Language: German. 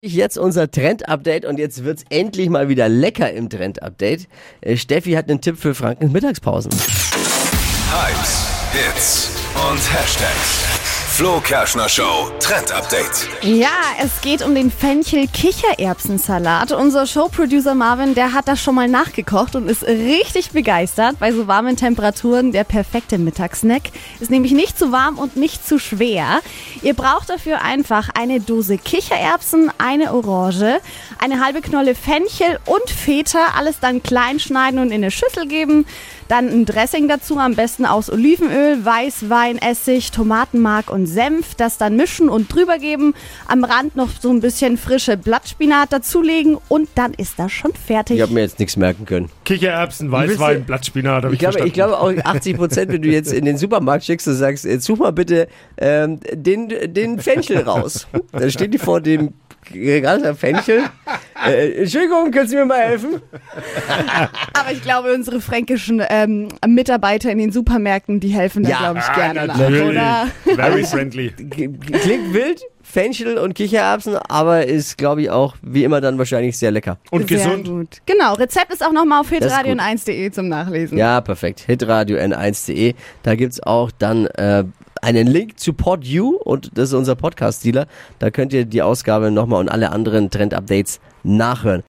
Jetzt unser Trend-Update und jetzt wird's endlich mal wieder lecker im Trend-Update. Steffi hat einen Tipp für Frankens Mittagspausen. Hypes, Hits und Hashtags. Flo Kerschner Show Trend Update. Ja, es geht um den Fenchel-Kichererbsensalat. Unser Showproducer Marvin, der hat das schon mal nachgekocht und ist richtig begeistert. Bei so warmen Temperaturen der perfekte Mittagssnack. Ist nämlich nicht zu warm und nicht zu schwer. Ihr braucht dafür einfach eine Dose Kichererbsen, eine Orange, eine halbe Knolle Fenchel und Feta. Alles dann klein schneiden und in eine Schüssel geben. Dann ein Dressing dazu, am besten aus Olivenöl, Weißwein, Essig, Tomatenmark und Senf. Das dann mischen und drüber geben. Am Rand noch so ein bisschen frische Blattspinat dazulegen und dann ist das schon fertig. Ich habe mir jetzt nichts merken können. Kichererbsen, Weißwein, Blattspinat, Ich glaube auch 80%, wenn du jetzt in den Supermarkt schickst und sagst, jetzt such mal bitte den Fenchel raus. Dann steht die vor dem Regal Fenchel. Entschuldigung, können Sie mir mal helfen? Aber ich glaube, unsere fränkischen Mitarbeiter in den Supermärkten, die helfen da, glaube ich, gerne nach, oder? Very friendly. Klingt wild, Fenchel und Kichererbsen, aber ist, glaube ich, auch wie immer dann wahrscheinlich sehr lecker. Und Sehr gesund. gut. Genau, Rezept ist auch nochmal auf Das ist gut. hitradio1.de zum Nachlesen. Ja, perfekt. Hitradio N1.de. Da gibt's auch dann einen Link zu PodU und das ist unser Podcast-Dealer. Da könnt ihr die Ausgabe nochmal und alle anderen Trend-Updates nachhören.